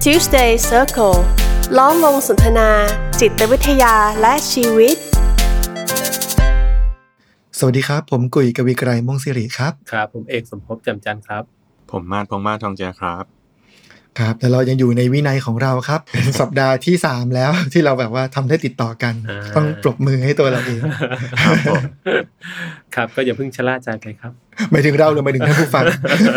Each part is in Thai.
Tuesday Circle ล้อมวงสนทนาจิตวิทยาและชีวิตสวัสดีครับผมกุยกวีไกรม่วงสิริครับครับผมเอกสมภพแจ่มจันทร์ครับผมมาศพงษ์มาศทองแจครับครับแต่เรายังอยู่ในวินัยของเราครับเป็นสัปดาห์ที่3แล้วที่เราแบบว่าทำได้ติดต่อกันต้องปรบมือให้ตัวเราเองครับผมครับก็อย่าเพิ่งชะล่าใจไปครับหมายถึงเราหรือหมายถึงท่านผู้ฟัง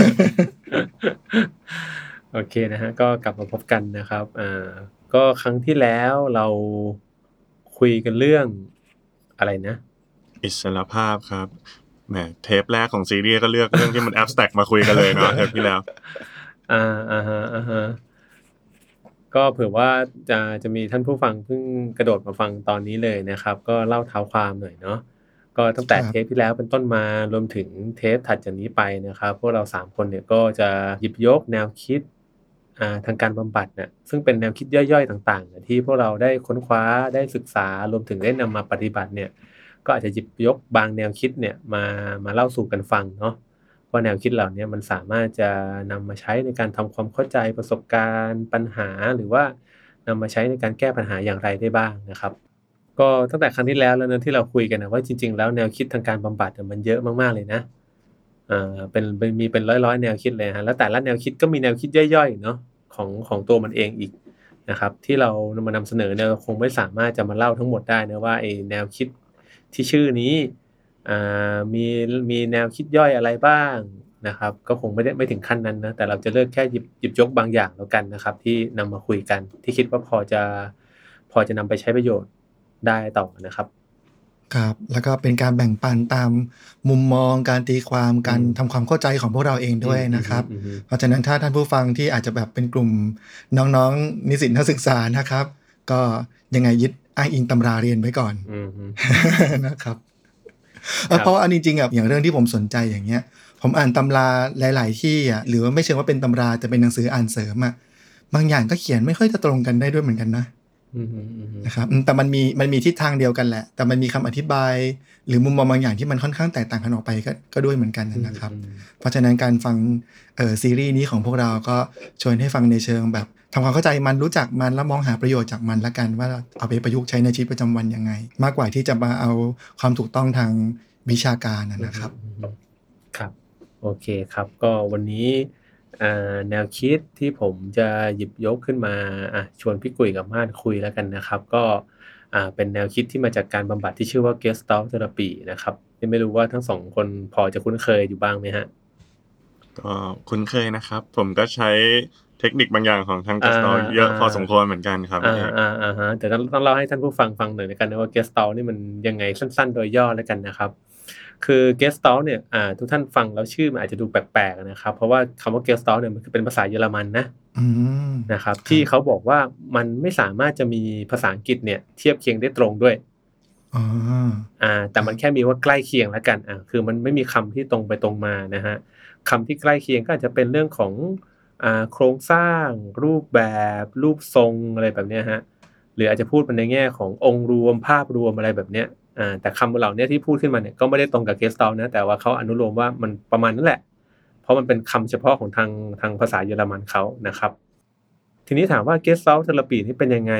โอเคนะฮะก็กลับมาพบกันนะครับก็ครั้งที่แล้วเราคุยกันเรื่องอะไรนะอิสรภาพครับแหมเทปแรกของซีรีส์ก็เลือกเรื่องที่มันแอบสแต็กมาคุยกันเลยเนาะเทปที่แล้วฮะก็เผื่อว่าจะมีท่านผู้ฟังเพิ่งกระโดดมาฟังตอนนี้เลยนะครับก็เล่าเท้าความหน่อยเนาะก็ตั้งแต่เทปที่แล้วเป็นต้นมารวมถึงเทปถัดจากนี้ไปนะครับพวกเรา3คนเนี่ยก็จะหยิบยกแนวคิดทางการบำบัดเนี่ยซึ่งเป็นแนวคิดย่อยๆต่างๆที่พวกเราได้ค้นคว้าได้ศึกษารวมถึงได้นำมาปฏิบัติเนี่ยก็อาจจะหยิบยกบางแนวคิดเนี่ยมาเล่าสู่กันฟังเนาะว่าแนวคิดเหล่านี้มันสามารถจะนำมาใช้ในการทำความเข้าใจประสบการณ์ปัญหาหรือว่านำมาใช้ในการแก้ปัญหาอย่างไรได้บ้างนะครับก็ตั้งแต่ครั้งที่แล้วนะที่เราคุยกันนะว่าจริงๆแล้วแนวคิดทางการบำบัดมันเยอะมากๆเลยนะมีเป็นร้อยๆแนวคิดเลยฮะแล้วแต่ละแนวคิดก็มีแนวคิดย่อยๆเนาะของตัวมันเองอีกนะครับที่เรามานำเสนอเนี่ยคงไม่สามารถจะมาเล่าทั้งหมดได้นะว่าไอ้แนวคิดที่ชื่อนี้มีแนวคิดย่อยอะไรบ้างนะครับก็คงไม่ถึงขั้นนั้นนะแต่เราจะเลือกแค่หยิบยกบางอย่างแล้วกันนะครับที่นำมาคุยกันที่คิดว่าพอจะนำไปใช้ประโยชน์ได้ต่อนะครับครับแล้วก็เป็นการแบ่งปันตามมุมมองการตีความการทำความเข้าใจของพวกเราเองด้วยนะครับเพราะฉะนั้นถ้าท่านผู้ฟังที่อาจจะแบบเป็นกลุ่มน้องๆนิสิตนักศึกษานะครับก็ยังไงยึดอ้างอิงตำราเรียนไว้ก่อนนะครับเพราะว่าจริงๆอย่างเรื่องที่ผมสนใจอย่างเงี้ยผมอ่านตำราหลายๆที่หรือว่าไม่เชิงว่าเป็นตำราแต่เป็นหนังสืออ่านเสริมบางอย่างก็เขียนไม่ค่อยจะตรงกันได้ด้วยเหมือนกันนะนะครับแต่มันมีทิศทางเดียวกันแหละแต่มันมีคำอธิบายหรือมุมมองบางอย่างที่มันค่อนข้างแตกต่างกันออกไปก็ด้วยเหมือนกันนะครับเพราะฉะนั้นการฟังซีรีส์นี้ของพวกเราก็ชวนให้ฟังในเชิงแบบทำความเข้าใจมันรู้จักมันแล้วมองหาประโยชน์จากมันละกันว่าเอาไปประยุกต์ใช้ในชีวิตประจำวันยังไงมากกว่าที่จะมาเอาความถูกต้องทางวิชาการนะครับครับโอเคครับก็วันนี้แนวคิดที่ผมจะหยิบยกขึ้นมาชวนพี่กุยกับมาศคุยแล้วกันนะครับก็เป็นแนวคิดที่มาจากการบำบัดที่ชื่อว่า Gestalt Therapy นะครับไม่รู้ว่าทั้ง2คนพอจะคุ้นเคยอยู่บ้างไหมฮะก็คุ้นเคยนะครับผมก็ใช้เทคนิคบางอย่างของทาง Gestalt เยอะพอสมควรเหมือนกันครับแต่ต้องเล่าให้ท่านผู้ฟังหน่อยแล้วกันนะว่า Gestalt นี่มันยังไงสั้นๆโดยย่อแล้วกันนะครับคือ Gestalt เนี่ยทุกท่านฟังแล้วชื่อมันอาจจะดูแปลกๆนะครับเพราะว่าคำว่า Gestalt เนี่ยมันคือเป็นภาษาเยอรมันนะครับที่เขาบอกว่ามันไม่สามารถจะมีภาษาอังกฤษเนี่ยเทียบเคียงได้ตรงด้วยแต่มันแค่มีว่าใกล้เคียงแล้วกันคือมันไม่มีคำที่ตรงไปตรงมานะฮะคำที่ใกล้เคียงก็อาจจะเป็นเรื่องของโครงสร้างรูปแบบรูปทรงอะไรแบบเนี้ยฮะหรืออาจจะพูดเป็นในแง่ขององค์รวมภาพรวมอะไรแบบเนี้ยแต่คำเหล่านี้ที่พูดขึ้นมาเนี่ยก็ไม่ได้ตรงกับ Gestalt นะแต่ว่าเขาอนุโลมว่ามันประมาณนั้นแหละเพราะมันเป็นคำเฉพาะของทางภาษาเยอรมันเขานะครับทีนี้ถามว่า Gestalt Therapy นี่เป็นยังไง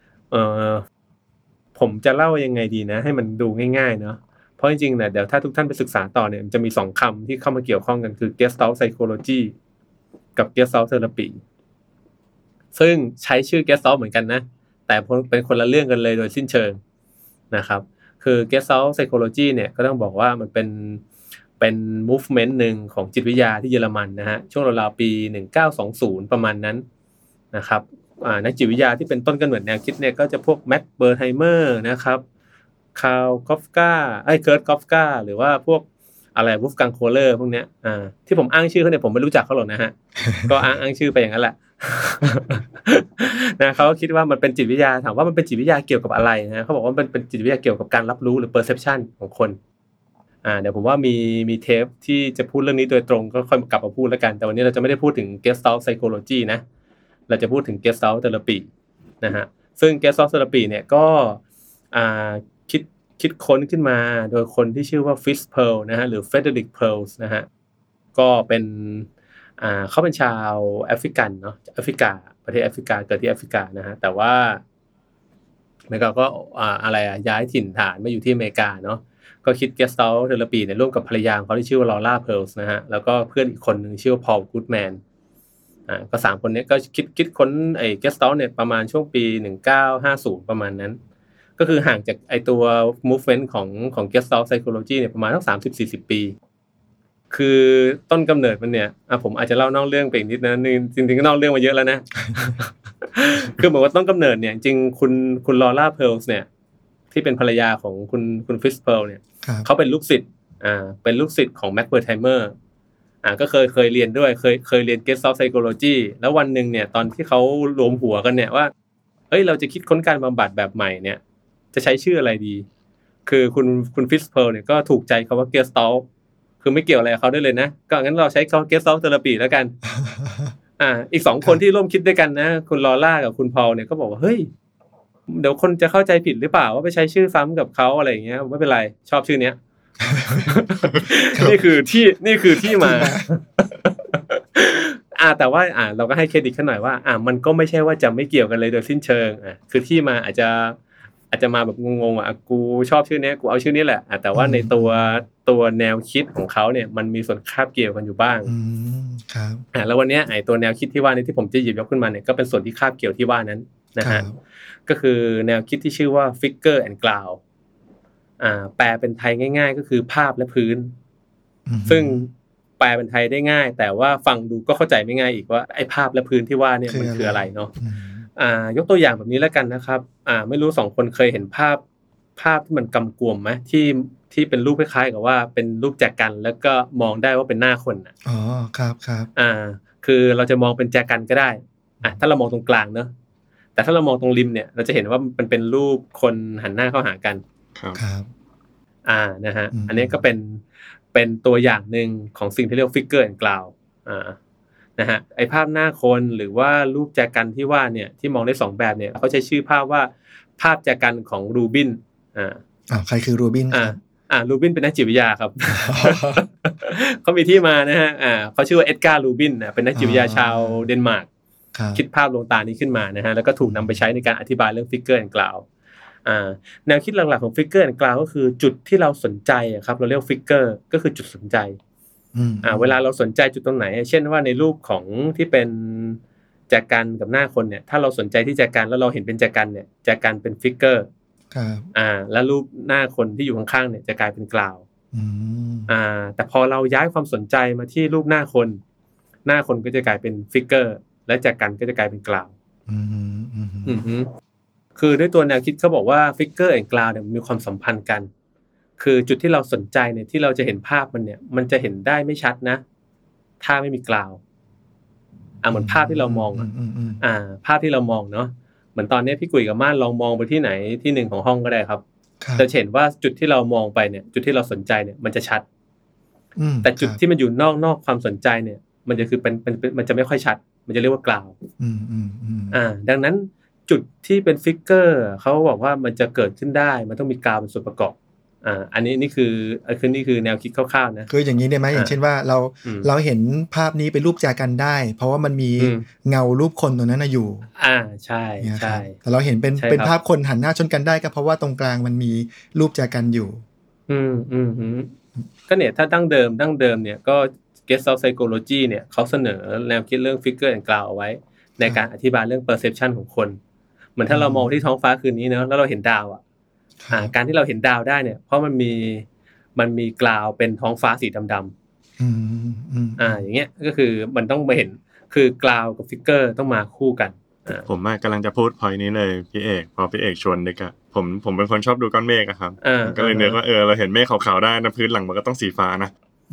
ผมจะเล่ายังไงดีนะให้มันดูง่ายๆเนาะเพราะจริงๆเนี่ยเดี๋ยวถ้าทุกท่านไปศึกษาต่อเนี่ยมันจะมี2คำที่เข้ามาเกี่ยวข้องกันคือ Gestalt Psychology กับ Gestalt Therapy ซึ่งใช้ชื่อ Gestalt เหมือนกันนะแต่เป็นคนละเรื่องกันเลยโดยสิ้นเชิงนะครับคือ Gestalt Psychology เนี่ยก็ต้องบอกว่ามันเป็น movement นึงของจิตวิทยาที่เยอรมันนะฮะช่วงราวๆปี1920ประมาณนั้นนะครับนักจิตวิทยาที่เป็นต้นกำเนิดแนวคิดเนี่ยก็จะพวกแม็กเบอร์ไฮเมอร์นะครับคาร์ลกอฟกาเคิร์ตกอฟกาหรือว่าพวกอะไรวูฟกังโคเลอร์พวกเนี้ยที่ผมอ้างชื่อเขาเนี่ยผมไม่รู้จักเขาหรอกนะฮะก็อ้างชื่อไปอย่างนั้นแหละนะเขาคิดว่ามันเป็นจิตวิทยาถามว่ามันเป็นจิตวิทยาเกี่ยวกับอะไรนะเขาบอกว่ามันเป็นจิตวิทยาเกี่ยวกับการรับรู้หรือ perception ของคนเดี๋ยวผมว่ามีเทปที่จะพูดเรื่องนี้โดยตรงก็ค่อยกลับมาพูดแล้วกันแต่วันนี้เราจะไม่ได้พูดถึง Gestalt Psychology นะเราจะพูดถึง Gestalt Therapy นะฮะซึ่ง Gestalt Therapy เนี่ยก็คิดค้นขึ้นมาโดยคนที่ชื่อว่า Fritz Perls นะฮะหรือ Frederick Perls นะฮะก็เป็นเขาเป็นชาวแอฟริกันเนาะแอฟริกาประเทศแอฟริกาเกิดที่แอฟริกานะฮะแต่ว่าเมกาก็ย้ายถิ่นฐานมาอยู่ที่อเมริกาเนาะก็คิด Gestalt Therapy เนี่ยร่วมกับภรรยาของเขาที่ชื่อว่าลอร่าเพิร์ลส์นะฮะแล้วก็เพื่อนอีกคนนึงชื่อว่าพอลกูดแมนก็3คนนี้ก็คิดค้นไอ้ Gestalt เนี่ยประมาณช่วงปี1950ประมาณนั้นก็คือห่างจากไอ้ตัว movement ของ Gestalt Psychology เนี่ยประมาณสัก30-40 ปีคือต้นกำเนิดมันเนี่ยผมอาจจะเล่านอกเรื่องไปอีกนิดนะจริงๆก็นอกเรื่องมาเยอะแล้วนะ คือเหมือนว่าต้นกำเนิดเนี่ยจริงคุณลอร่าเพิร์ลส์เนี่ยที่เป็นภรรยาของคุณฟิสเพิร์ลเนี่ยเขาเป็นลูกศิษย์เป็นลูกศิษย์ของแม็กเวอร์ไทเมอร์ก็เคยเรียนด้วยเคยเรียน Gestalt Psychology แล้ววันนึงเนี่ยตอนที่เขารวมหัวกันเนี่ยว่าเฮ้ยเราจะคิดค้นการบำบัดแบบใหม่เนี่ยจะใช้ชื่ออะไรดีคือคุณฟิสเพิร์ลเนี่ยก็ถูกใจคำว่า Gestalt คือไม่เกี่ยวอะไรกับเขาได้เลยนะก็งั้นเราใช้คำ Gestalt Therapy แล้วกันอีก2คนที่ร่วมคิดด้วยกันนะคุณลอร่ากับคุณพอลเนี่ยก็บอกว่าเฮ้ยเดี๋ยวคนจะเข้าใจผิดหรือเปล่าว่าไปใช้ชื่อซ้ำกับเขาอะไรอย่างเงี้ยไม่เป็นไรชอบชื่อเนี้ย นี่คือที่มา แต่ว่าเราก็ให้เครดิตเขาหน่อยว่ามันก็ไม่ใช่ว่าจะไม่เกี่ยวกันเลยโดยสิ้นเชิงคือที่มาอาจจะมาแบบงงๆกูชอบชื่อนี้กูเอาชื่อนี้แหละแต่ว่าในตัวแนวคิดของเขาเนี่ยมันมีส่วนคาบเกี่ยวกันอยู่บ้างครับแล้ววันนี้ไอ้ตัวแนวคิดที่ว่านี้ที่ผมจะหยิบยกขึ้นมาเนี่ยก็เป็นส่วนที่คาบเกี่ยวที่ว่านั้นนะฮะก็คือแนวคิดที่ชื่อว่า figure and ground แปลเป็นไทยง่ายๆก็คือภาพและพื้นซึ่งแปลเป็นไทยได้ง่ายแต่ว่าฟังดูก็เข้าใจไม่ง่ายอีกว่าไอ้ภาพและพื้นที่ว่าเนี่ยมันคืออะไรเนาะยกตัวอย่างแบบนี้แล้วกันนะครับไม่รู้2คนเคยเห็นภาพที่มันกำกวมมั้ยที่เป็นรูปคล้ายๆกับว่าเป็นรูปแจกันแล้วก็มองได้ว่าเป็นหน้าคนน่ะอ๋อครับคือเราจะมองเป็นแจกันก็ได้ถ้าเรามองตรงกลางเนาะแต่ถ้าเรามองตรงริมเนี่ยเราจะเห็นว่ามันเป็นรูปคนหันหน้าเข้าหากันครับนะฮะอันนี้ก็เป็นตัวอย่างนึงของสิ่งที่เรียก figure and ground นะฮะไอ้ภาพหน้าคนหรือว่ารูปแจกันที่ว่าเนี่ยที่มองได้2แบบเนี่ยเขาใช้ชื่อภาพว่าภาพแจกันของรูบินใครคือรูบินครับรูบินเป็นนักจิตวิทยาครับ เขามีที่มานะฮะเขาชื่อว่าเอ็ดการ์รูบินเป็นนักจิตวิทยาชาวเดนมาร์กคิดภาพดวงตานี้ขึ้นมานะฮะแล้วก็ถูกนำไปใช้ในการอธิบายเรื่อง figure and ground แนวคิดหลักๆของ figure and ground ก็คือจุดที่เราสนใจครับเราเรียก figure ก็คือจุดสนใจเวลาเราสนใจจุดตรงไหนเช่นว่าในรูปของที่เป็นแจกันกับหน้าคนเนี่ยถ้าเราสนใจที่แจกันแล้วเราเห็นเป็นแจกันเนี่ยแจกันเป็น figure ครับแล้วรูปหน้าคนที่อยู่ข้างๆเนี่ยจะกลายเป็น ground แต่พอเราย้ายความสนใจมาที่รูปหน้าคนก็จะกลายเป็น figure และแจกันก็จะกลายเป็น ground คือด้วยตัวแนวคิดเขาบอกว่า figure and ground เนี่ยมีความสัมพันธ์กันคือจุดที่เราสนใจเนี่ยที่เราจะเห็นภาพมันเนี่ยมันจะเห็นได้ไม่ชัดนะถ้าไม่มีกราวเหมือนภาพที่เรามองภาพที่เรามองเนาะเหมือนตอนนี้พี่กุยกับม่านลองมองไปที่ไหนที่หนึ่งของห้องก็ได้ครับจะเห็นว่าจุดที่เรามองไปเนี่ยจุดที่เราสนใจเนี่ยมันจะชัดแต่จุดที่มันอยู่นอกความสนใจเนี่ยมันจะคือเป็นมันจะไม่ค่อยชัดมันจะเรียกว่ากราวดังนั้นจุดที่เป็นฟิกเกอร์เขาบอกว่ามันจะเกิดขึ้นได้มันต้องมีกราวเป็นส่วนประกอบอันนี้นี่คือแนวคิดคร่าวๆนะคืออย่างนี้ได้ไหมอย่างเช่นว่าเราเห็นภาพนี้เป็นรูปแจกันได้เพราะว่ามันมีเงารูปคนตรงนั้นอยู่ใช่ใช่แต่เราเห็นเป็นภาพคนหันหน้าชนกันได้ก็เพราะว่าตรงกลางมันมีรูปแจกันอยู่ก็เนี่ยถ้าดั้งเดิมเนี่ยก็ Gestalt Psychology เนี่ยเขาเสนอแนวคิดเรื่อง figure and ground เอาไว้ในการอธิบายเรื่อง perception ของคนเหมือนถ้าเรามองที่ท้องฟ้าคืนนี้เนาะแล้วเราเห็นดาวการที่เราเห็นดาวได้เนี่ยเพราะมันมีกราวเป็นท้องฟ้าสีดำอย่างเงี้ยก็คือมันต้องมาเห็นคือกราวกับฟิกเกอร์ต้องมาคู่กันผมกำลังจะพูด point นี้เลยพี่เอกพอพี่เอกชวนนึกผมเป็นคนชอบดูก้อนเมฆครับก็เลยนึกว่าเราเห็นเมฆขาวๆได้นะพื้นหลังมันก็ต้องสีฟ้านะ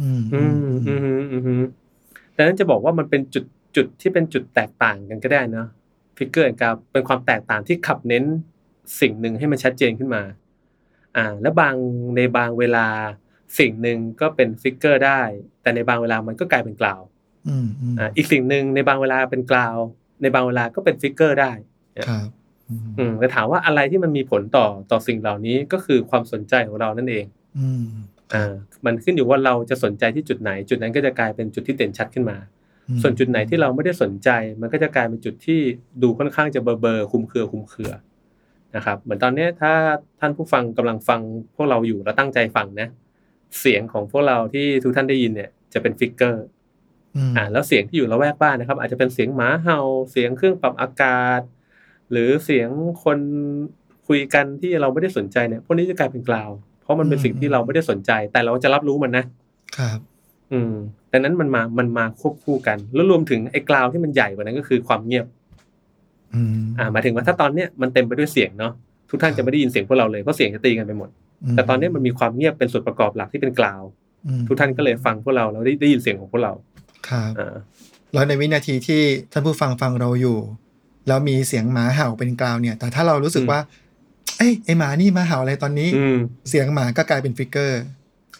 ดังนั้นจะบอกว่ามันเป็นจุดที่เป็นจุดแตกต่างกันก็ได้เนาะฟิกเกอร์กับเป็นความแตกต่างที่ขับเน้นสิ่งหนึ่งให้มันชัดเจนขึ้นมาแล้วในบางเวลาสิ่งหนึ่งก็เป็นฟิกเกอร์ได้แต่ในบางเวลามันก็กลายเป็นกราวอีกสิ่งหนึ่งในบางเวลาเป็นกราวในบางเวลาก็เป็นฟิกเกอร์ได้ครับแต่ถามว่าอะไรที่มันมีผลต่อสิ่งเหล่านี้ก็คือความสนใจของเรานั่นเองมันขึ้นอยู่ว่าเราจะสนใจที่จุดไหนจุดนั้นก็จะกลายเป็นจุดที่เด่นชัดขึ้นมาส่วนจุดไหนที่เราไม่ได้สนใจมันก็จะกลายเป็นจุดที่ดูค่อนข้างจะเบลอๆคลุมเครือนะครับเหมือนตอนนี้ถ้าท่านผู้ฟังกำลังฟังพวกเราอยู่แล้วตั้งใจฟังนะเสียงของพวกเราที่ทุกท่านได้ยินเนี่ยจะเป็นฟิกเกอร์แล้วเสียงที่อยู่ละแวกบ้านนะครับอาจจะเป็นเสียงหมาเห่าเสียงเครื่องปรับอากาศหรือเสียงคนคุยกันที่เราไม่ได้สนใจเนี่ยพวกนี้จะกลายเป็นกลาวเพราะมันเป็นสิ่งที่เราไม่ได้สนใจแต่เราจะรับรู้มันนะครับดังนั้นมันมาควบคู่กันแล้วรวมถึงไอ้กลาวที่มันใหญ่กว่านั้นก็คือความเงียบหมายถึงว่าถ้าตอนเนี้ยมันเต็มไปด้วยเสียงเนาะทุกท่านจะไม่ได้ยินเสียงพวกเราเลยเพราะเสียงจะตีกันไปหมดแต่ตอนนี้มันมีความเงียบเป็นส่วนประกอบหลักที่เป็นกลาวทุกท่านก็เลยฟังพวกเราแล้วได้ยินเสียงของพวกเราครับแล้วในวินาทีที่ท่านผู้ฟังเราอยู่แล้วมีเสียงหมาเห่าเป็นกลาวเนี่ยแต่ถ้าเรารู้สึกว่าไอ้หมานี่มาเห่าอะไรตอนนี้เสียงหมาก็กลายเป็นฟิกเกอร์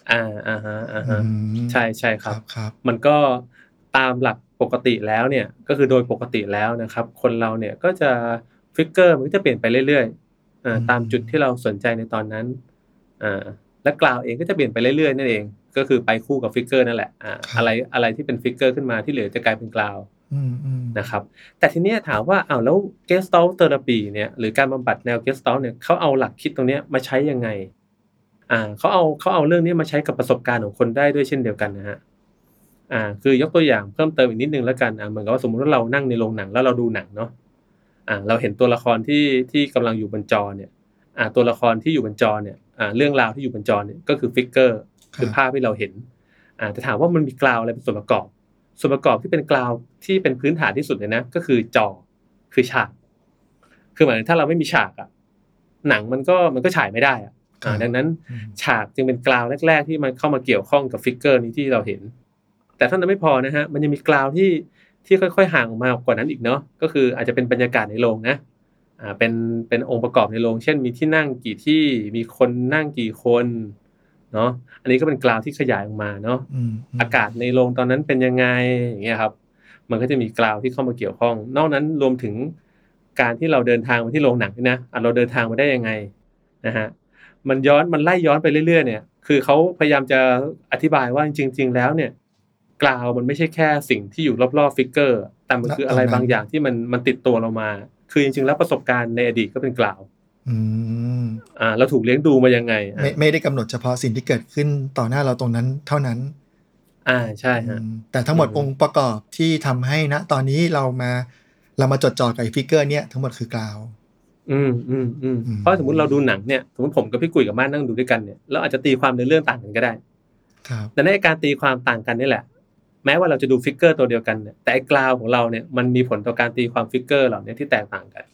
ใช่ครับมันก็ตามหลักปกติแล้วเนี่ยก็คือโดยปกติแล้วนะครับคนเราเนี่ยก็จะฟิกเกอร์มันก็จะเปลี่ยนไปเรื่อยๆตามจุดที่เราสนใจในตอนนั้นและกล่าวเองก็จะเปลี่ยนไปเรื่อยๆนั่นเองก็คือไปคู่กับฟิกเกอร์นั่นแหละอะไรที่เป็นฟิกเกอร์ขึ้นมาที่เหลือจะกลายเป็นกล่าวนะครับแต่ทีนี้ถามว่าแล้ว Gestalt Therapy เนี่ยหรือการบำบัดแนว Gestalt เนี่ยเขาเอาหลักคิดตรงนี้มาใช้ยังไงเขาเอาเรื่องนี้มาใช้กับประสบการณ์ของคนได้ด้วยเช่นเดียวกันนะฮะคือยกตัวอย่างเพิ่มเติมอีกนิดนึงแล้วกันเหมือนกับว่าสมมุติว่าเรานั่งในโรงหนังแล้วเราดูหนังเนาะเราเห็นตัวละครที่กำลังอยู่บนจอเนี่ยตัวละครที่อยู่บนจอเนี่ยเรื่องราวที่อยู่บนจอเนี่ยก็คือฟิกเกอร์คือภาพที่เราเห็นแต่ถามว่ามันมีกราวอะไรเป็นส่วนประกอบที่เป็นกราวที่เป็นพื้นฐานที่สุดเลยนะก็คือจอคือฉากคือหมายถึงถ้าเราไม่มีฉากหนังมันก็ฉายไม่ได้ดังนั้นฉากจึงเป็นกราวแรกๆที่มันเข้ามาเกี่ยวข้องกับฟิกเกอร์นี้ที่เราเห็นแต่เท่านั้นไม่พอนะฮะมันยังมีกราวที่ค่อยๆห่างออกมากว่านั้นอีกเนาะก็คืออาจจะเป็นบรรยากาศในโรงนะเป็นองค์ประกอบในโรงเช่นมีที่นั่งกี่ที่มีคนนั่งกี่คนเนาะอันนี้ก็เป็นกราวที่ขยายออกมาเนาะอากาศในโรงตอนนั้นเป็นยังไงอย่างเงี้ยครับมันก็จะมีกราวที่เข้ามาเกี่ยวข้องนอกนั้นรวมถึงการที่เราเดินทางมาที่โรงหนังนะเราเดินทางมาได้ยังไงนะฮะมันไล่ย้อนไปเรื่อยๆเนี่ยคือเขาพยายามจะอธิบายว่าจริงๆแล้วเนี่ยกราวมันไม่ใช่แค่สิ่งที่อยู่รอบๆฟิกเกอร์แต่มันคืออะไรบางอย่างที่มันติดตัวเรามาคือจริงๆแล้วประสบการณ์ในอดีตก็เป็นกราวเราถูกเลี้ยงดูมายังไงไม่ได้กำหนดเฉพาะสิ่งที่เกิดขึ้นต่อหน้าเราตรงนั้นเท่านั้นใช่ฮะแต่ทั้งหมดองค์ประกอบที่ทำให้ณตอนนี้เรามาจดจ่อกับไอ้ฟิกเกอร์เนี่ยทั้งหมดคือกราวเพราะสมมุติเราดูหนังเนี่ยสมมุติผมกับพี่กุยกับม่านนั่งดูด้วยกันเนี่ยเราอาจจะตีความในเรื่องต่างกันก็ได้ครับแต่ในการตีความต่างกันนี่แหละแม้ว่าเราจะดูฟิกเกอร์ตัวเดียวกันเนี่ยแต่ไอ้กราวของเราเนี่ยมันมีผลต่อการตีความฟิกเกอร์เหล่านี้ที่แตกต่างกัน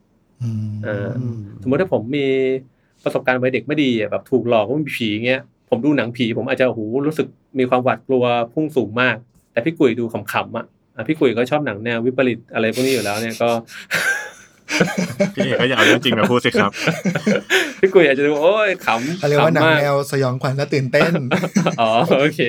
สมมติถ้าผมมีประสบการณ์วัยเด็กไม่ดีแบบถูกหลอกว่ามีผีเงี้ยผมดูหนังผีผมอาจจะรู้สึกมีความหวาดกลัวพุ่งสูงมากแต่พี่กุยดูขำๆพี่กุยก็ชอบหนังแนววิปริตอะไรพวกนี้อยู่แล้วเนี่ยก็พี่เอกก็อย่าเอาเรื่องจริงมาพูดสิครับพี่กุยอาจจะดูโอ้ยขำเรียกว่าหนังแนวสยองขวัญและตื่นเต้นโอเค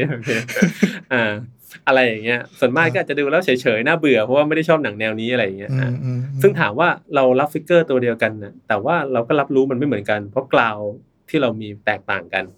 อะไรอย่างเงี้ยส่วนมากก็อาจจะดูแล้วเฉยๆน่าเบื่อเพราะว่าไม่ได้ชอบหนังแนวนี้อะไรอย่างเงี้ยซึ่งถามว่าเรารับฟิกเกอร์ตัวเดียวกันนะแต่ว่าเราก็รับรู้มันไม่เหมือนกันเพราะกราวที่เรามีแตกต่างกัน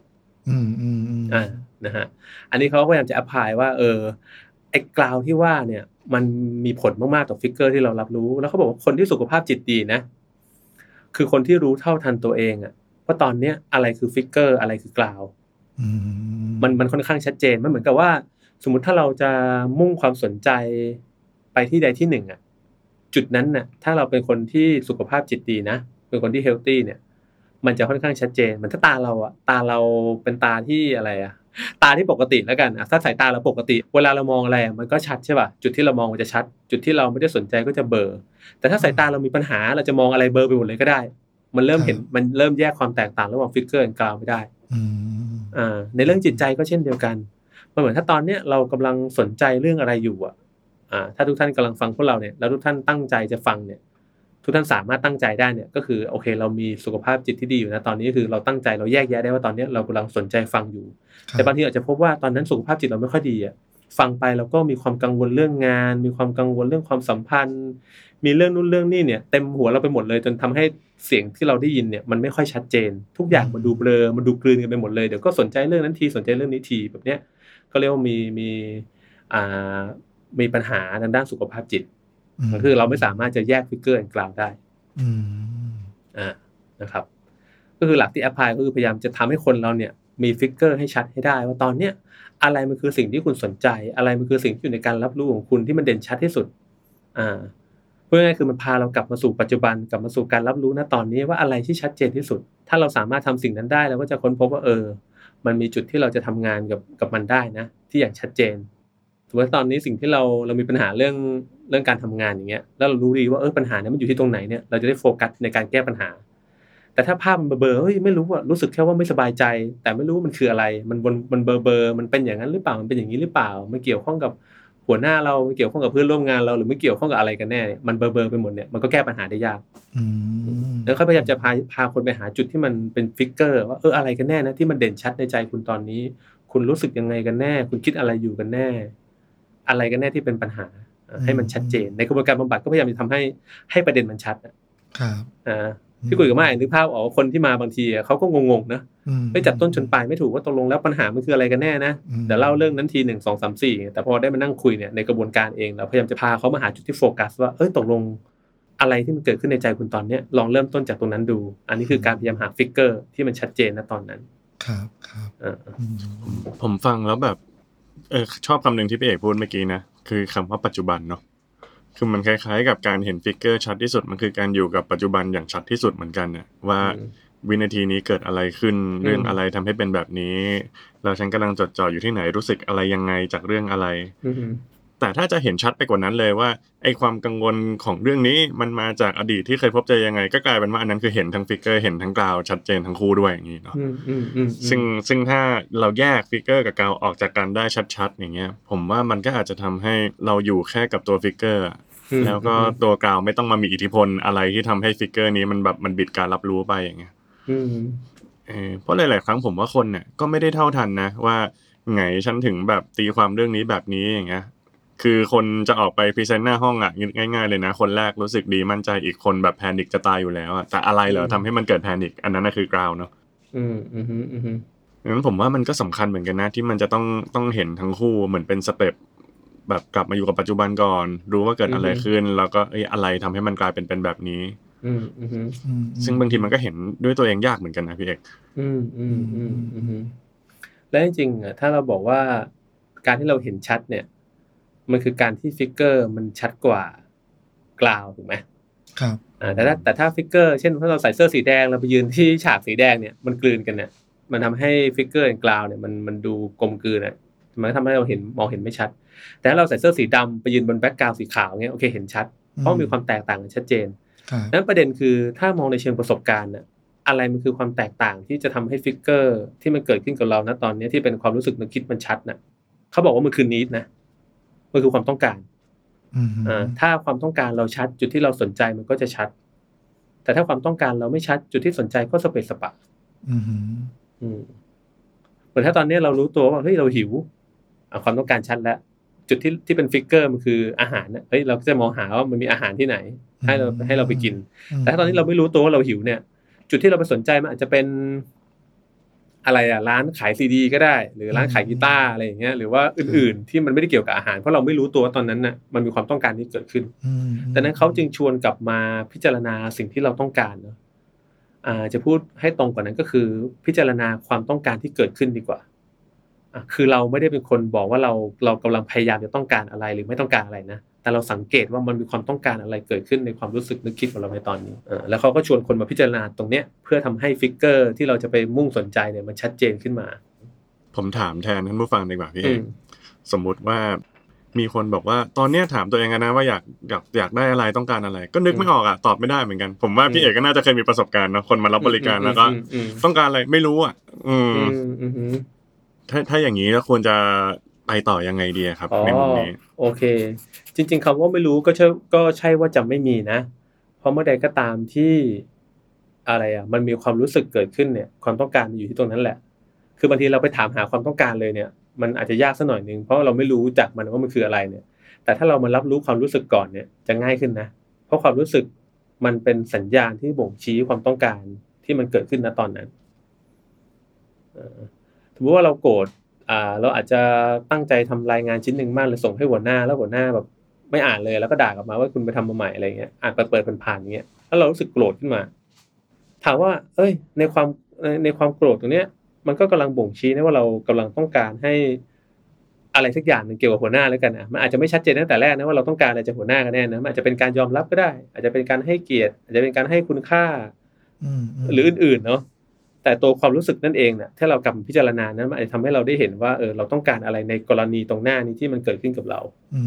นะฮะอันนี้เขาพยายามจะอพพลายว่าไอ้กราวที่ว่าเนี่ยมันมีผลมากๆต่อฟิกเกอร์ที่เรารับรู้แล้วเขาบอกว่าคนที่สุขภาพจิตดีนะคือคนที่รู้เท่าทันตัวเองว่าตอนเนี้ยอะไรคือฟิกเกอร์อะไรคือกราวมันค่อนข้างชัดเจนมันเหมือนกับว่าสมมุติถ้าเราจะมุ่งความสนใจไปที่ใดที่หนึ่งจุดนั้นน่ะถ้าเราเป็นคนที่สุขภาพจิตดีนะเป็นคนที่เฮลตี้เนี่ยมันจะค่อนข้างชัดเจนเหมือนถ้าตาเราเป็นตาที่อะไรตาที่ปกติแล้วกันถ้าสายตาเราปกติเวลาเรามองอะไรมันก็ชัดใช่ป่ะจุดที่เรามองมันจะชัดจุดที่เราไม่ได้สนใจก็จะเบลอแต่ถ้าสายตาเรามีปัญหาเราจะมองอะไรเบลอไปหมดเลยก็ได้มันเริ่มแยกความแตกต่างระหว่างฟิกเกอร์กับกราวไม่ได้ในเรื่องจิตใจก็เช่นเดียวกันมันเหมือนถ้าตอนเนี้ยเรากำลังสนใจเรื่องอะไรอยู่ถ้าทุกท่านกำลังฟังพวกเราเนี่ยแล้วทุกท่านตั้งใจจะฟังเนี่ยทุกท่านสามารถตั้งใจได้เนี่ยก็คือโอเคเรามีสุขภาพจิตที่ดีอยู่นะตอนนี้คือเราตั้งใจเราแยกแยะได้ว่าตอนนี้เรากำลังสนใจฟังอยู่แต่บางทีอาจจะพบว่าตอนนั้นสุขภาพจิตเราไม่ค่อยดีฟังไปเราก็มีความกังวลเรื่องงานมีความกังวลเรื่องความสัมพันธ์มีเรื่องนู้นเรื่องนี้เนี่ยเต็มหัวเราไปหมดเลยจนทำให้เสียงที่เราได้ยินเนี่ยมันไม่ค่อยชัดเจนทุกอย่างมันดูเบลอมันดูกลืนกันไปหมดเลยเดี๋ยวก็สนใจเรื่องนั้นทีสนใจเรื่องนี้ทีแบบเนี้ยก็เรียกว่ามีมีปัญหาทางด้านสุขภาพจิตก็คือเราไม่สามารถจะแยกฟิกเกอร์แอนด์กราวด์ได้นะครับก็คือหลักที่แอพพลายก็คือพยายามจะทำให้คนเราเนี่ยมีฟิกเกอร์ให้ชัดให้ได้ว่าตอนเนี้ยอะไรมันคือสิ่งที่คุณสนใจอะไรมันคือสิ่งที่อยู่ในการรับรู้ของคุณที่มันเด่นชัดที่สุดเพื่อให้คือมันพาเรากลับมาสู่ปัจจุบันกลับมาสู่การรับรู้ณตอนนี้ว่าอะไรที่ชัดเจนที่สุดถ้าเราสามารถทำสิ่งนั้นได้เราก็จะค้นพบว่ามันมีจุดที่เราจะทำงานกับมันได้นะที่อย่างชัดเจนสมมติตอนนี้สิ่งที่เรามีปัญหาเรื่องการทำงานอย่างเงี้ยแล้วเรารู้ดีว่าปัญหานี้มันอยู่ที่ตรงไหนเนี่ยเราจะได้โฟกัสในการแก้ปัญหาแต่ถ้าภาพมันเบลอไม่รู้ว่ารู้สึกแค่ว่าไม่สบายใจแต่ไม่รู้ว่ามันคืออะไรมันเบลอมันเป็นอย่างนั้นหรือเปล่ามันเป็นอย่างนี้หรือเปล่ามันเกี่ยวข้องกับหัวหน้าเราไม่เกี่ยวข้องกับเพื่อนร่วมงานเราหรือไม่เกี่ยวข้องกับอะไรกันแน่มันเบลอไปหมดเนี่ยมันก็แก้ปัญหาได้ยากแล้วเขาพยายามจะพาคนไปหาจุดที่มันเป็นฟิกเกอร์ว่าอะไรกันแน่นะที่มันเด่นชัดในใจคุณตอนนี้คุณรู้สึกยังไงกันแน่คุณคิดอะไรอยู่กันแน่อะไรกันแน่ที่เป็นปัญหาให้มันชัดเจนในกระบวนการบำบัดก็พยายามจะทำให้ประเด็นมันชัดครับพี่คุยกับมานึกภาพออกคนที่มาบางทีเขาก็งงๆนะไม่จับต้นชนปลายไม่ถูกว่าตกลงแล้วปัญหามันคืออะไรกันแน่นะเดี๋ยวเล่าเรื่องนั้นที1 2 3 4แต่พอได้มานั่งคุยเนี่ยในกระบวนการเองเราพยายามจะพาเขามาหาจุดที่โฟกัสว่าตกลงอะไรที่มันเกิดขึ้นในใจคุณตอนเนี้ยลองเริ่มต้นจากตรงนั้นดูอันนี้คือการพยายามหาฟิกเกอร์ที่มันชัดเจนณตอนนั้นครับผมฟังแล้วแบบชอบคำหนึ่งที่พี่เอกพูดเมื่อกี้นะคือคำว่าปัจจุบันเนาะคือมันคล้ายๆกับการเห็นฟิกเกอร์ชัดที่สุดมันคือการอยู่กับปัจจุบันอย่างชัดที่สุดเหมือนกันน่ะว่าวินาทีนี้เกิดอะไรขึ้นเรื่องอะไรทำให้เป็นแบบนี้แล้วฉันกำลังจดจ่ออยู่ที่ไหนรู้สึกอะไรยังไงจากเรื่องอะไรแต่ถ้าจะเห็นชัดไปกว่านั้นเลยว่าไอ้ความกังวลของเรื่องนี้มันมาจากอดีตที่เคยพบเจอยังไงก็กลายเป็นว่าอันนั้นคือเห็นทั้งฟิกเกอร์เห็นทั้งกราวชัดเจนทั้งคู่ด้วยอย่างนี้เนาะซึ่งถ้าเราแยกฟิกเกอร์กับกราวออกจากกันได้ชัดๆอย่างเงี้ยผมว่ามันก็อาจจะทำให้เราอยู่แค่กับตัวฟิกเกอร์แล้วก็ตัวกราวไม่ต้องมามีอิทธิพลอะไรที่ทำให้ฟิกเกอร์นี้มันแบบมันบิดการรับรู้ไปอย่างเงี้ยเพราะหลายๆครั้งผมว่าคนเนี่ยก็ไม่ได้เท่าทันนะว่าไงฉันถึงแบบตีความเรื่องนี้แบบนี้อย่างเงี้ยคือคนจะออกไปพรีเซนต์หน้าห้องอ่ะง่ายๆเลยนะคนแรกรู้สึกดีมั่นใจอีกคนแบบแพนิคจะตายอยู่แล้วอ่ะแต่อะไรเหรอทำให้มันเกิดแพนิคอันนั้นน่ะคือกราวเนาะงั้นผมว่ามันก็สำคัญเหมือนกันนะที่มันจะต้องเห็นทั้งคู่เหมือนเป็นสเต็ปแบบกลับมาอยู่กับปัจจุบันก่อนรู้ว่าเกิดอะไรขึ้นแล้วก็อะไรทำให้มันกลายเป็นแบบนี้ซึ่งบางทีมันก็เห็นด้วยตัวเองยากเหมือนกันนะพี่เอกและจริงๆถ้าเราบอกว่าการที่เราเห็นชัดเนี่ยมันคือการที่ฟิกเกอร์มันชัดกว่ากราวถูกไหมครับแต่ถ้าฟิกเกอร์เช่นถ้าเราใส่เสื้อสีแดงเราไปยืนที่ฉากสีแดงเนี่ยมันกลืนกันเนี่ยมันทำให้ฟิกเกอร์กับกราวเนี่ยมันดูกลมกลืนนะมันทำให้เรามองเห็นไม่ชัดแต่ถ้าเราใส่เสื้อสีดำไปยืนบนแบ็คกราวด์สีขาวเงี้ยโอเคเห็นชัดเพราะมีความแตกต่างกันชัดเจนนั้นประเด็นคือถ้ามองในเชิงประสบการณ์น่ะอะไรมันคือความแตกต่างที่จะทำให้ฟิกเกอร์ที่มันเกิดขึ้นกับเราณตอนนี้ที่เป็นความรู้สึกนึกคิดมันชัดน่ะเขาบอกว่ามันคือ need นะมันคือความต้องการถ้าความต้องการเราชัดจุดที่เราสนใจมันก็จะชัดแต่ถ้าความต้องการเราไม่ชัดจุดที่สนใจก็สเปซสปะเหมือนถ้าตอนนี้เรารู้ตัวว่าเฮ้ยเราหิวความต้องการชัดแล้วจุดที่เป็นฟิกเกอร์มันคืออาหารนะเราก็จะมองหาว่ามันมีอาหารที่ไหนให้เราไปกินแต่ถ้าตอนนี้เราไม่รู้ตัวว่าเราหิวเนี่ยจุดที่เราไปสนใจมันอาจจะเป็นอะไรร้านขายซีดีก็ได้หรือร้านขายกีตาร์อะไรอย่างเงี้ยหรือว่าอื่นๆที่มันไม่ได้เกี่ยวกับอาหารเพราะเราไม่รู้ตัวตอนนั้นน่ะมันมีความต้องการที่เกิดขึ้นดังนั้นเขาจึงชวนกลับมาพิจารณาสิ่งที่เราต้องการเนาะจะพูดให้ตรงกว่านั้นก็คือพิจารณาความต้องการที่เกิดขึ้นดีกว่าคือเราไม่ได้เป็นคนบอกว่าเรากำลังพยายามจะต้องการอะไรหรือไม่ต้องการอะไรนะแต่เราสังเกตว่ามันมีความต้องการอะไรเกิดขึ้นในความรู้สึกนึกคิดของเราในตอนนี้แล้วเขาก็ชวนคนมาพิจารณาตรงเนี้ยเพื่อทำให้ฟิกเกอร์ที่เราจะไปมุ่งสนใจเนี่ยมันชัดเจนขึ้นมาผมถามแทนท่านผู้ฟังดีกว่าพี่เอกสมมุติว่ามีคนบอกว่าตอนเนี้ยถามตัวเองนะว่าอยากได้อะไรต้องการอะไรก็นึกไม่ออกตอบไม่ได้เหมือนกันผมว่าพี่เอกก็น่าจะเคยมีประสบการณ์เนาะคนมารับบริการแล้วก็ต้องการอะไรไม่รู้ถ้าอย่างนี้แล้วควรจะไปต่อยังไงดีครับในมุมนี้โอเคจริงๆคำว่าไม่รู้ก็ใช่ว่าจะไม่มีนะเพราะเมื่อใดก็ตามที่อะไรมันมีความรู้สึกเกิดขึ้นเนี่ยความต้องการมันอยู่ที่ตรงนั้นแหละคือบางทีเราไปถามหาความต้องการเลยเนี่ยมันอาจจะยากสักหน่อยนึงเพราะเราไม่รู้จักมันว่ามันคืออะไรเนี่ยแต่ถ้าเรามารับรู้ความรู้สึกก่อนเนี่ยจะง่ายขึ้นนะเพราะความรู้สึกมันเป็นสัญญาณที่บ่งชี้ความต้องการที่มันเกิดขึ้นณตอนนั้นสมมติว่าเราโกรธเราอาจจะตั้งใจทำรายงานชิ้นหนึ่งมากเลยส่งให้หัวหน้าแล้วหัวหน้าแบบไม่อ่านเลยแล้วก็ด่ากลับมาว่าคุณไปทำมาใหม่อะไรเงี้ยอ่านเปิดผ่านๆอย่างเงี้ยแล้วเรารู้สึกโกรธขึ้นมาถามว่าเอ้ยในความโกรธตรงเนี้ยมันก็กำลังบ่งชี้นะว่าเรากำลังต้องการให้อะไรสักอย่างนึงเกี่ยวกับหัวหน้าแล้วกันนะมันอาจจะไม่ชัดเจนตั้งแต่แรกนะว่าเราต้องการอะไรจากหัวหน้ากันแน่นะมันอาจจะเป็นการยอมรับก็ได้อาจจะเป็นการให้เกียรติอาจจะเป็นการให้คุณค่าหรืออื่นๆเนาะแต่ตัวความรู้สึกนั่นเองเนี่ยถ้าเรากลับมาพิจารณานั้นมันอาจจะทำให้เราได้เห็นว่าเราต้องการอะไรในกรณีตรงหน้านี้ที่มันเกิดขึ้นกับเรา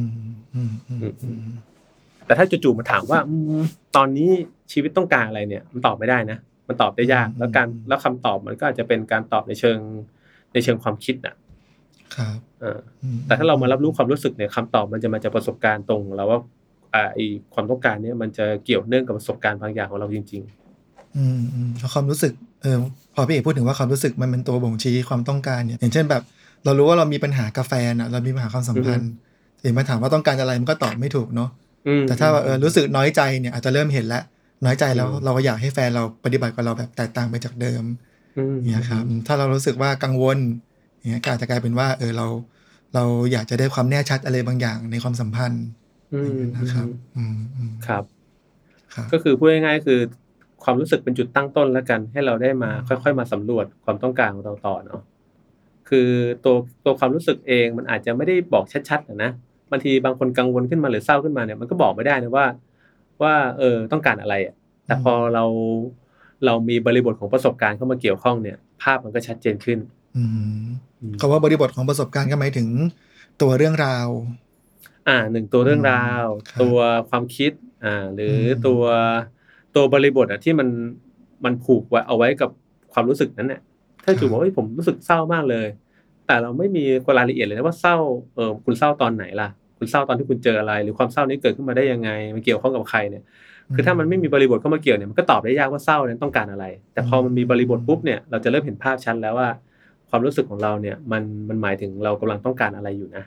แต่ถ้าจู่ๆมาถามว่าตอนนี้ชีวิตต้องการอะไรเนี่ยมันตอบไม่ได้นะมันตอบได้ยากแล้วคำตอบมันก็อาจจะเป็นการตอบในเชิงความคิดนะครับแต่ถ้าเรามารับรู้ความรู้สึกเนี่ยคำตอบมันจะมาจากประสบการณ์ตรงแล้วว่าไอ้ความต้องการเนี่ยมันจะเกี่ยวเนื่องกับประสบการณ์บางอย่างของเราจริงๆความรู้สึกพอพี่เอกพูดถึงว่าความรู้สึกมันเป็นตัวบ่งชี้ความต้องการเนี่ยอย่างเช่นแบบเรารู้ว่าเรามีปัญหากับแฟนเรามีปัญหาความสัมพันธ์ถึงมาถามว่าต้องการอะไรมันก็ตอบไม่ถูกเนาะแต่ถ้ารู้สึกน้อยใจเนี่ยอาจจะเริ่มเห็นแล้วน้อยใจแล้วเราก็อยากให้แฟนเราปฏิบัติกับเราแบบแตกต่างไปจากเดิมเนี่ยครับถ้าเรารู้สึกว่ากังวลเนี่ยก็อาจจะกลายเป็นว่าเราอยากจะได้ความแน่ชัดอะไรบางอย่างในความสัมพันธ์นะครับครับก็คือพูดง่ายๆคือความรู้สึกเป็นจุดตั้งต้นแล้วกันให้เราได้มาค่อยๆมาสำรวจความต้องการของเราต่อเนาะคือตัวความรู้สึกเองมันอาจจะไม่ได้บอกชัดๆนะบางทีบางคนกังวลขึ้นมาหรือเศร้าขึ้นมาเนี่ยมันก็บอกไม่ได้นะว่าต้องการอะไรอ่ะแต่พอเรามีบริบทของประสบการณ์เข้ามาเกี่ยวข้องเนี่ยภาพมันก็ชัดเจนขึ้นคำว่าบริบทของประสบการณ์ก็หมายถึงตัวเรื่องราว 1ตัวเรื่องราวตัวความคิดหรือตัวบริบทที่มันผูกไว้เอาไว้กับความรู้สึกนั้นเนี่ยถ้าจู่บอกว่าผมรู้สึกเศร้ามากเลยแต่เราไม่มีรายละเอียดเลยนะว่าเศร้าคุณเศร้าตอนไหนล่ะคุณเศร้าตอนที่คุณเจออะไรหรือความเศร้านี้เกิดขึ้นมาได้ยังไงมันเกี่ยวข้องกับใครเนี่ยคือถ้ามันไม่มีบริบทเข้ามาเกี่ยวเนี่ยมันก็ตอบได้ยากว่าเศร้านั้นต้องการอะไรแต่พอมันมีบริบทปุ๊บเนี่ยเราจะเริ่มเห็นภาพชัดแล้วว่าความรู้สึกของเราเนี่ยมันหมายถึงเรากำลังต้องการอะไรอยู่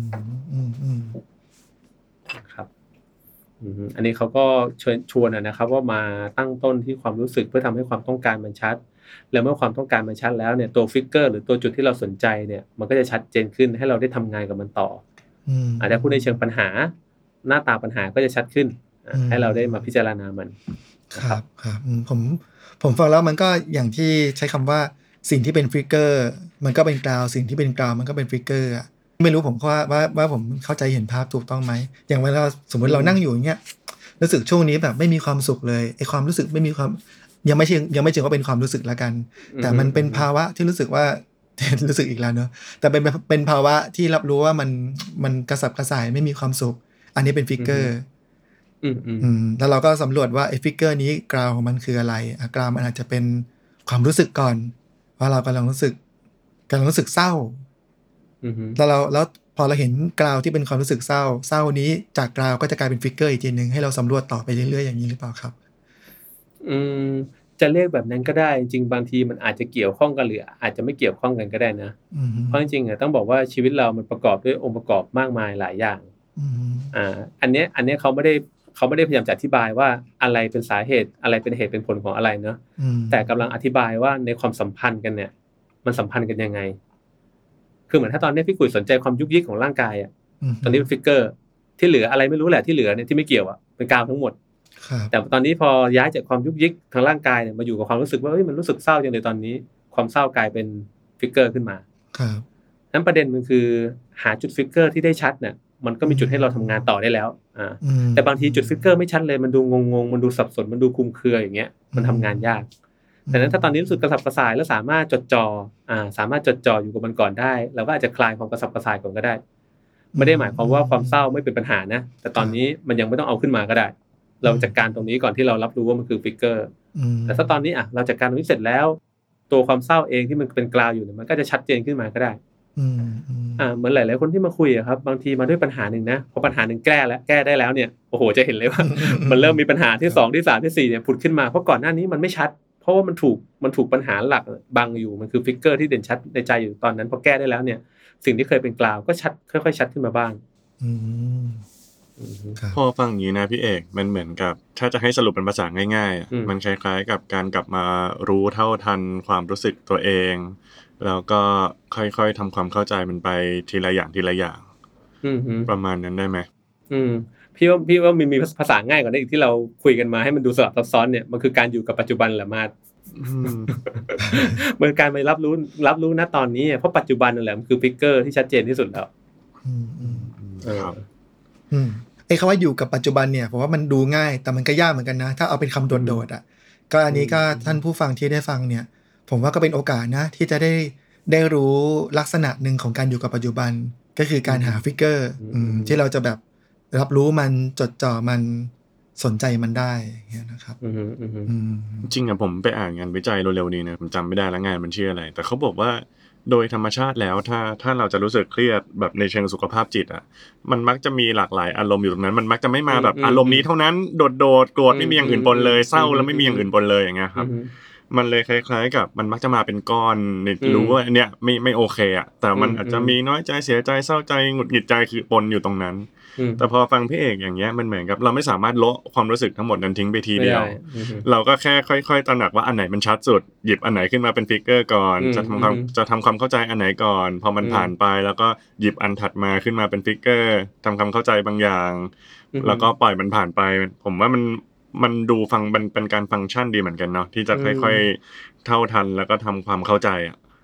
นะครับอันนี้เขาก็ชวนนะครับว่ามาตั้งต้นที่ความรู้สึกเพื่อทำให้ความต้องการมันชัดแล้วเมื่อความต้องการมันชัดแล้วเนี่ยตัวฟิกเกอร์หรือตัวจุดที่เราสนใจเนี่ยมันก็จะชัดเจนขึ้นให้เราได้ทำงานกับมันต่ออาจจะพูดในเชิงปัญหาหน้าตาปัญหาก็จะชัดขึ้นให้เราได้มาพิจารณามันครับผมฟังแล้วมันก็อย่างที่ใช้คำว่าสิ่งที่เป็นฟิกเกอร์มันก็เป็นกราวสิ่งที่เป็นกราวมันก็เป็นฟิกเกอร์ไม่รู้ผมว่าผมเข้าใจเห็นภาพถูกต้องไหมอย่างเวลาสมมติเรานั่งอยู่อย่างเงี้ยรู้สึกช่วงนี้แบบไม่มีความสุขเลยไอ้ความรู้สึกไม่มีความยังไม่เชิงว่าเป็นความรู้สึกละกันแต่มันเป็นภาวะที่รู้สึกว่ารู้สึกอีกแล้วเนอะแต่เป็นภาวะที่รับรู้ว่ามันกระสับกระส่ายไม่มีความสุขอันนี้เป็นฟิกเกอร์แล้วเราก็สำรวจว่าไอ้ฟิกเกอร์นี้กราวของมันคืออะไรกราวมันอาจจะเป็นความรู้สึกก่อนว่าเรากำลังรู้สึกเศร้าแล้วพอเราเห็นกราวที่เป็นความรู้สึกเศร้านี้จากกราวก็จะกลายเป็นฟิกเกอร์อีกทีนึงให้เราสำรวจต่อไปเรื่อยๆอย่างนี้หรือเปล่าครับจะเรียกแบบนั้นก็ได้จริงบางทีมันอาจจะเกี่ยวข้องกันหรืออาจจะไม่เกี่ยวข้องกันก็ได้นะเพราะจริงๆต้องบอกว่าชีวิตเรามันประกอบด้วยองค์ประกอบมากมายหลายอย่างอันเนี้ยเขาไม่ได้พยายามจะอธิบายว่าอะไรเป็นสาเหตุอะไรเป็นเหตุเป็นผลของอะไรเนาะแต่กำลังอธิบายว่าในความสัมพันธ์กันเนี่ยมันสัมพันธ์กันยังไงคือเหมือนถ้าตอนนี้พี่กุยสนใจความยุกยิกของร่างกายตอนนี้เป็นฟิกเกอร์ที่เหลืออะไรไม่รู้แหละที่เหลือเนี่ยที่ไม่เกี่ยวเป็นกาวทั้งหมดแต่ตอนนี้พอย้ายจากความยุกยิกทางร่างกายเนี่ยมาอยู่กับความรู้สึกว่ามันรู้สึกเศร้าจังเลยตอนนี้ความเศร้ากลายเป็นฟิกเกอร์ขึ้นมานั้นประเด็นมันคือหาจุดฟิกเกอร์ที่ได้ชัดเนี่ยมันก็มีจุดให้เราทำงานต่อได้แล้วแต่บางทีจุดฟิกเกอร์ไม่ชัดเลยมันดูงงมันดูสับสนมันดูคลุมเครืออย่างเงี้ยมันทำงานยากแต่นั้นถ้าตอนนี้รู้สึกกระสับกระส่ายแล้วสามารถจดจ่ออยู่กับมันก่อนได้เราก็อาจจะคลายความกระสับกระส่ายก่อนก็ได้ไม่ได้หมายความว่าความเศร้าไม่เป็นปัญหานะแต่ตอนนี้มันยังไม่ต้องเอาขึ้นมาก็ได้เราจัดการตรงนี้ก่อนที่เรารับรู้ว่ามันคือฟิกเกอร์แต่ถ้าตอนนี้เราจัดการตรงนี้เสร็จแล้วตัวความเศร้าเองที่มันเป็นกราวอยู่เนี่ยมันก็จะชัดเจนขึ้นมาก็ได้เหมือนหลายๆคนที่มาคุยครับบางทีมาด้วยปัญหาหนึ่งนะพอปัญหาหนึ่งแก้ได้แล้วเนี่ยโอ้โหจะเห็นเลยว่า มันเริ่มมีปัญหาที่2ที่3ที่4เนี่ยผุดขึ้นมาเพราะก่อนหน้านี้มันไม่ชัดเพราะว่ามันถูกปัญหาหลักบังอยู่มันคือฟิกเกอร์ที่เด่นชัดในใจอยู่ตอนนั้นพอแก้ได้แล้วเนี่ยสิ่งที่เคยเป็นกราวก็ชัดค่อยๆชัดขึ้นมาบ้างพอฟังอย่างนี้นะพี่เอกมันเหมือนกับถ้าจะให้สรุปเป็นภาษาง่ายๆมันคล้ายๆกับการกลับมารู้เท่าทันความรู้สึกตัวเองแล้วก็ค่อยๆทำความเข้าใจมันไปทีละอย่างประมาณนั้นได้ไหมพี่ว่ามีภาษาง่ายกว่านี้อีกที่เราคุยกันมาให้มันดูสลับซับซ้อนเนี่ยมันคือการอยู่กับปัจจุบันแหละมาเหมือนการไปรับรู้ณตอนนี้เพราะปัจจุบันนั่นแหละมันคือฟิกเกอร์ที่ชัดเจนที่สุดแล้วไอ้คำว่าอยู่กับปัจจุบันเนี่ยผมว่ามันดูง่ายแต่มันก็ยากเหมือนกันนะถ้าเอาเป็นคำโดดๆอ่ะก็อันนี้ก็ท่านผู้ฟังที่ได้ฟังเนี่ยผมว่าก็เป็นโอกาสนะที่จะได้รู้ลักษณะหนึ่งของการอยู่กับปัจจุบันก็คือการหาฟิกเกอร์ที่เราจะแบบรับรู้มันจดจ่อมันสนใจมันได้อย่างเงี้ยนะครับจริงผมไปอ่านงานวิจัยเร็วๆนี้นะผมจำไม่ได้แล้วงานมันชื่ออะไรแต่เขาบอกว่าโดยธรรมชาติแล้วถ้าเราจะรู้สึกเครียดแบบในเชิงสุขภาพจิตมันมักจะมีหลากหลายอารมณ์อยู่ตรงนั้นมันมักจะไม่มาแบบอารมณ์นี้เท่านั้นโดดโกรธไม่มีอย่างอื่นปนเลยเศร้าแล้วไม่มีอย่างอื่นปนเลยอย่างเงี้ยครับมันเลยคล้ายๆกับมันมักจะมาเป็นก้อนรู้ว่าเนี่ยไม่โอเคแต่มันอาจจะมีน้อยใจเสียใจเศร้าใจหงุดหงิดใจคือปนอยู่ตรงนั้นแต่พอฟังพี่เอกอย่างเงี้ยมันเหมือนกับเราไม่สามารถละความรู้สึกทั้งหมดนั้นทิ้งไปทีเดียวเราก็แค่ค่อยๆตระหนักว่าอันไหนมันชัดสุดหยิบอันไหนขึ้นมาเป็นฟิกเกอร์ก่อนจะทำความเข้าใจอันไหนก่อนพอมันผ่านไปแล้วก็หยิบอันถัดมาขึ้นมาเป็นฟิกเกอร์ทำความเข้าใจบางอย่างแล้วก็ปล่อยมันผ่านไปผมว่ามันดูฟังเป็นการฟังก์ชันดีเหมือนกันเนาะที่จะค่อยๆเท่าทันแล้วก็ทำความเข้าใจ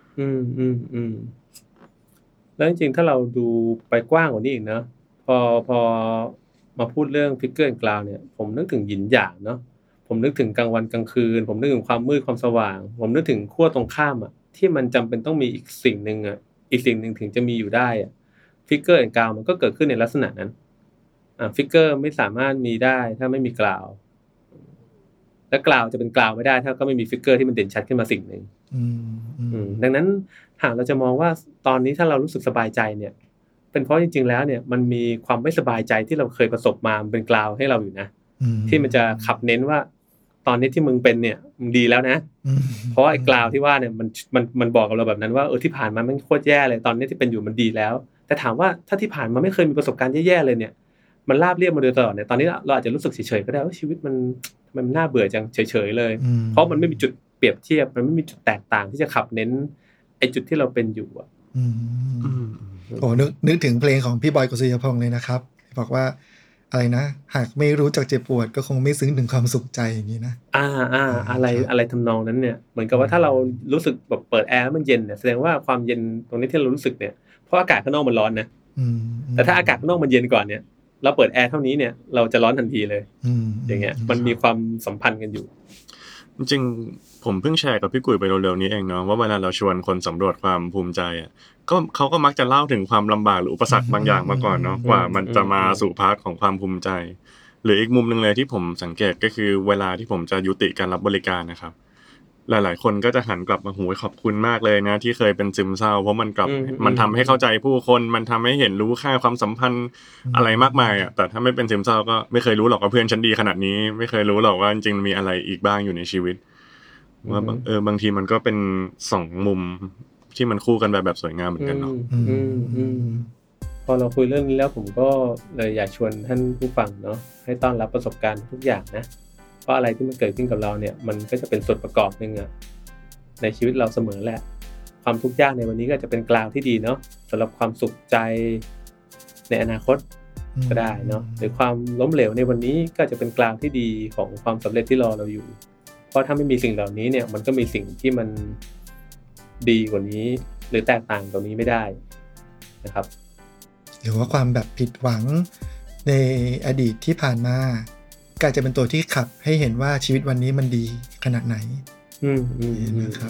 แล้วจริงๆถ้าเราดูไปกว้างกว่านี้อีกนะพอมาพูดเรื่องฟิกเกอร์กลาวเนี่ยผมนึกถึงหยินหยางเนาะผมนึกถึงกลางวันกลางคืนผมนึกถึงความมืดความสว่างผมนึกถึงขั้วตรงข้ามที่มันจำเป็นต้องมีอีกสิ่งนึงอีกสิ่งนึงถึงจะมีอยู่ได้ฟิกเกอร์กลาวมันก็เกิดขึ้นในลักษณะนั้นฟิกเกอร์ไม่สามารถมีได้ถ้าไม่มีกลาวและกลาวจะเป็นกลาวไม่ได้ถ้าก็ไม่มีฟิกเกอร์ที่มันเด่นชัดขึ้นมาสิ่งนึงดังนั้นหากเราจะมองว่าตอนนี้ถ้าเรารู้สึกสบายใจเนี่ยเป็นเพราะจริงๆแล้วเนี่ยมันมีความไม่สบายใจที่เราเคยประสบมาเป็นกลาวให้เราอยู่นะที่มันจะขับเน้นว่าตอนนี้ที่มึงเป็นเนี่ยมึงดีแล้วนะเพราะไอ้กลาวที่ว่าเนี่ยมันบอกกับเราแบบนั้นว่าที่ผ่านมามันโคตรแย่เลยตอนนี้ที่เป็นอยู่มันดีแล้วแต่ถามว่าถ้าที่ผ่านมาไม่เคยมีประสบการณ์แย่ๆเลยเนี่ยมันราบเรียบมาโดยตลอดเนี่ยตอนนี้เราอาจจะรู้สึกเฉยๆก็ได้ว่าชีวิตมันน่าเบื่อจังเฉยๆเลยเพราะมันไม่มีจุดเปรียบเทียบมันไม่มีจุดแตกต่างที่จะขับเน้นไอ้จุดที่เราเป็นอยู่โอ้นึกถึงเพลงของพี่บอยกฤษยพงษ์เลยนะครับบอกว่าอะไรนะหากไม่รู้จักเจ็บปวดก็คงไม่ซึ้งถึงความสุขใจอย่างนี้นะอะไรทำนองนั้นเนี่ยเหมือนกับว่าถ้าเรารู้สึกแบบเปิดแอร์แล้วมันเย็นเนี่ยแสดงว่าความเย็นตรงนี้ที่เรารู้สึกเนี่ยเพราะอากาศข้างนอกมันร้อนนะแต่ถ้าอากาศข้างนอกมันเย็นก่อนเนี่ยเราเปิดแอร์เท่านี้เนี่ยเราจะร้อนทันทีเลยอย่างเงี้ยมันมีความสัมพันธ์กันอยู่จริงๆผมเพิ่งแชร์กับพี่กุยไปเร็วๆนี้เองเนาะว่าเวลาเราชวนคนสำรวจความภูมิใจก็เขาก็มักจะเล่าถึงความลำบากหรืออุปสรรคบางอย่างมาก่อนเนาะกว่ามันจะมาสู่พาร์ทของความภูมิใจหรืออีกมุมนึงเลยที่ผมสังเกตก็คือเวลาที่ผมจะยุติการรับบริการนะครับหลายๆคนก็จะหันกลับมาขอบคุณมากเลยนะที่เคยเป็นซึมเศร้าเพราะมันทำให้เข้าใจผู้คนมันทำให้เห็นรู้ค่าความสัมพันธ์อะไรมากมายแต่ถ้าไม่เป็นซึมเศร้าก็ไม่เคยรู้หรอกว่าเพื่อนฉันดีขนาดนี้ไม่เคยรู้หรอกว่าจริงๆมีอะไรอีกบ้างอยู่ในชีวิตว่าบางทีมันก็เป็น2มุมที่มันคู่กันแบบสวยงามเหมือนกันเนาะพอเราคุยเรื่องนี้แล้วผมก็เลยอยากชวนท่านผู้ฟังเนาะให้ต้อนรับประสบการณ์ทุกอย่างนะเพราะอะไรที่มันเกิดขึ้นกับเราเนี่ยมันก็จะเป็นส่วนประกอบนึงในชีวิตเราเสมอแหละความทุกข์ยากในวันนี้ก็จะเป็นกลาวที่ดีเนาะสำหรับความสุขใจในอนาคตก็ได้เนาะหรือความล้มเหลวในวันนี้ก็จะเป็นกลาวที่ดีของความสำเร็จที่รอเราอยู่เพราะถ้าไม่มีสิ่งเหล่านี้เนี่ยมันก็มีสิ่งที่มันดีกว่านี้หรือแตกต่างกว่านี้ไม่ได้นะครับหรือว่าความแบบผิดหวังในอดีตที่ผ่านมาก็จะเป็นตัวที่ขับให้เห็นว่าชีวิตวันนี้มันดีขนาดไหนนะครับ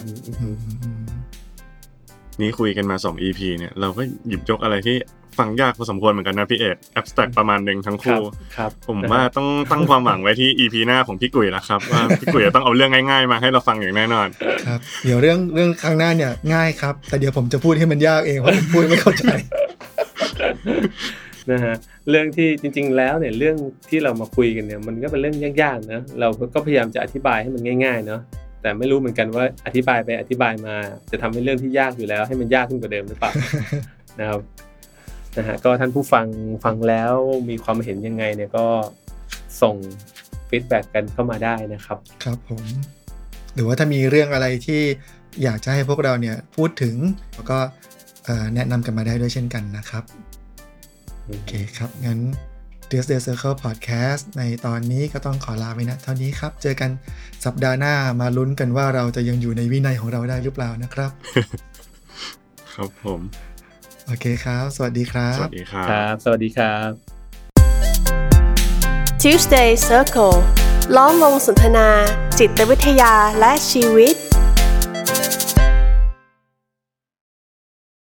นี่คุยกันมา2 EP เนี่ยเราก็หยิบยกอะไรที่ฟังยากพอสมควรเหมือนกันนะพี่เอกแอบสแตรกประมาณนึงทั้งคู่ผมว่าต้องตั้งความหวังไว้ที่ EP หน้าของพี่กุยแล้วครับว่าพี่กุยจะต้องเอาเรื่องง่ายๆมาให้เราฟังอย่างแน่นอนครับเดี๋ยวเรื่องข้างหน้าเนี่ยง่ายครับแต่เดี๋ยวผมจะพูดให้มันยากเองเพราะผมพูดไม่เข้าใจนะฮะเรื่องที่จริงๆแล้วเนี่ยเรื่องที่เรามาคุยกันเนี่ยมันก็เป็นเรื่องยากๆนะเราก็พยายามจะอธิบายให้มันง่ายๆเนาะแต่ไม่รู้เหมือนกันว่าอธิบายไปอธิบายมาจะทำให้เรื่องที่ยากอยู่แล้วให้มันยากขึ้นกว่าเดิมหรือเปล่านะครับนะฮะก็ท่านผู้ฟังแล้วมีความเห็นยังไงเนี่ยก็ส่งฟีดแบ็กกันเข้ามาได้นะครับครับผมหรือว่าถ้ามีเรื่องอะไรที่อยากจะให้พวกเราเนี่ยพูดถึงแล้วก็แนะนำกันมาได้ด้วยเช่นกันนะครับโอเคครับงั้น Tuesday Circle Podcast ในตอนนี้ก็ต้องขอลาไปนะเท่านี้ครับเจอกันสัปดาห์หน้ามาลุ้นกันว่าเราจะยังอยู่ในวินัยของเราได้หรือเปล่านะครับครับผมโอเคครับสวัสดีครับสวัสดีครับครับสวัสดีครับ Tuesday Circle ล้อมวงสนทนาจิตวิทยาและชีวิต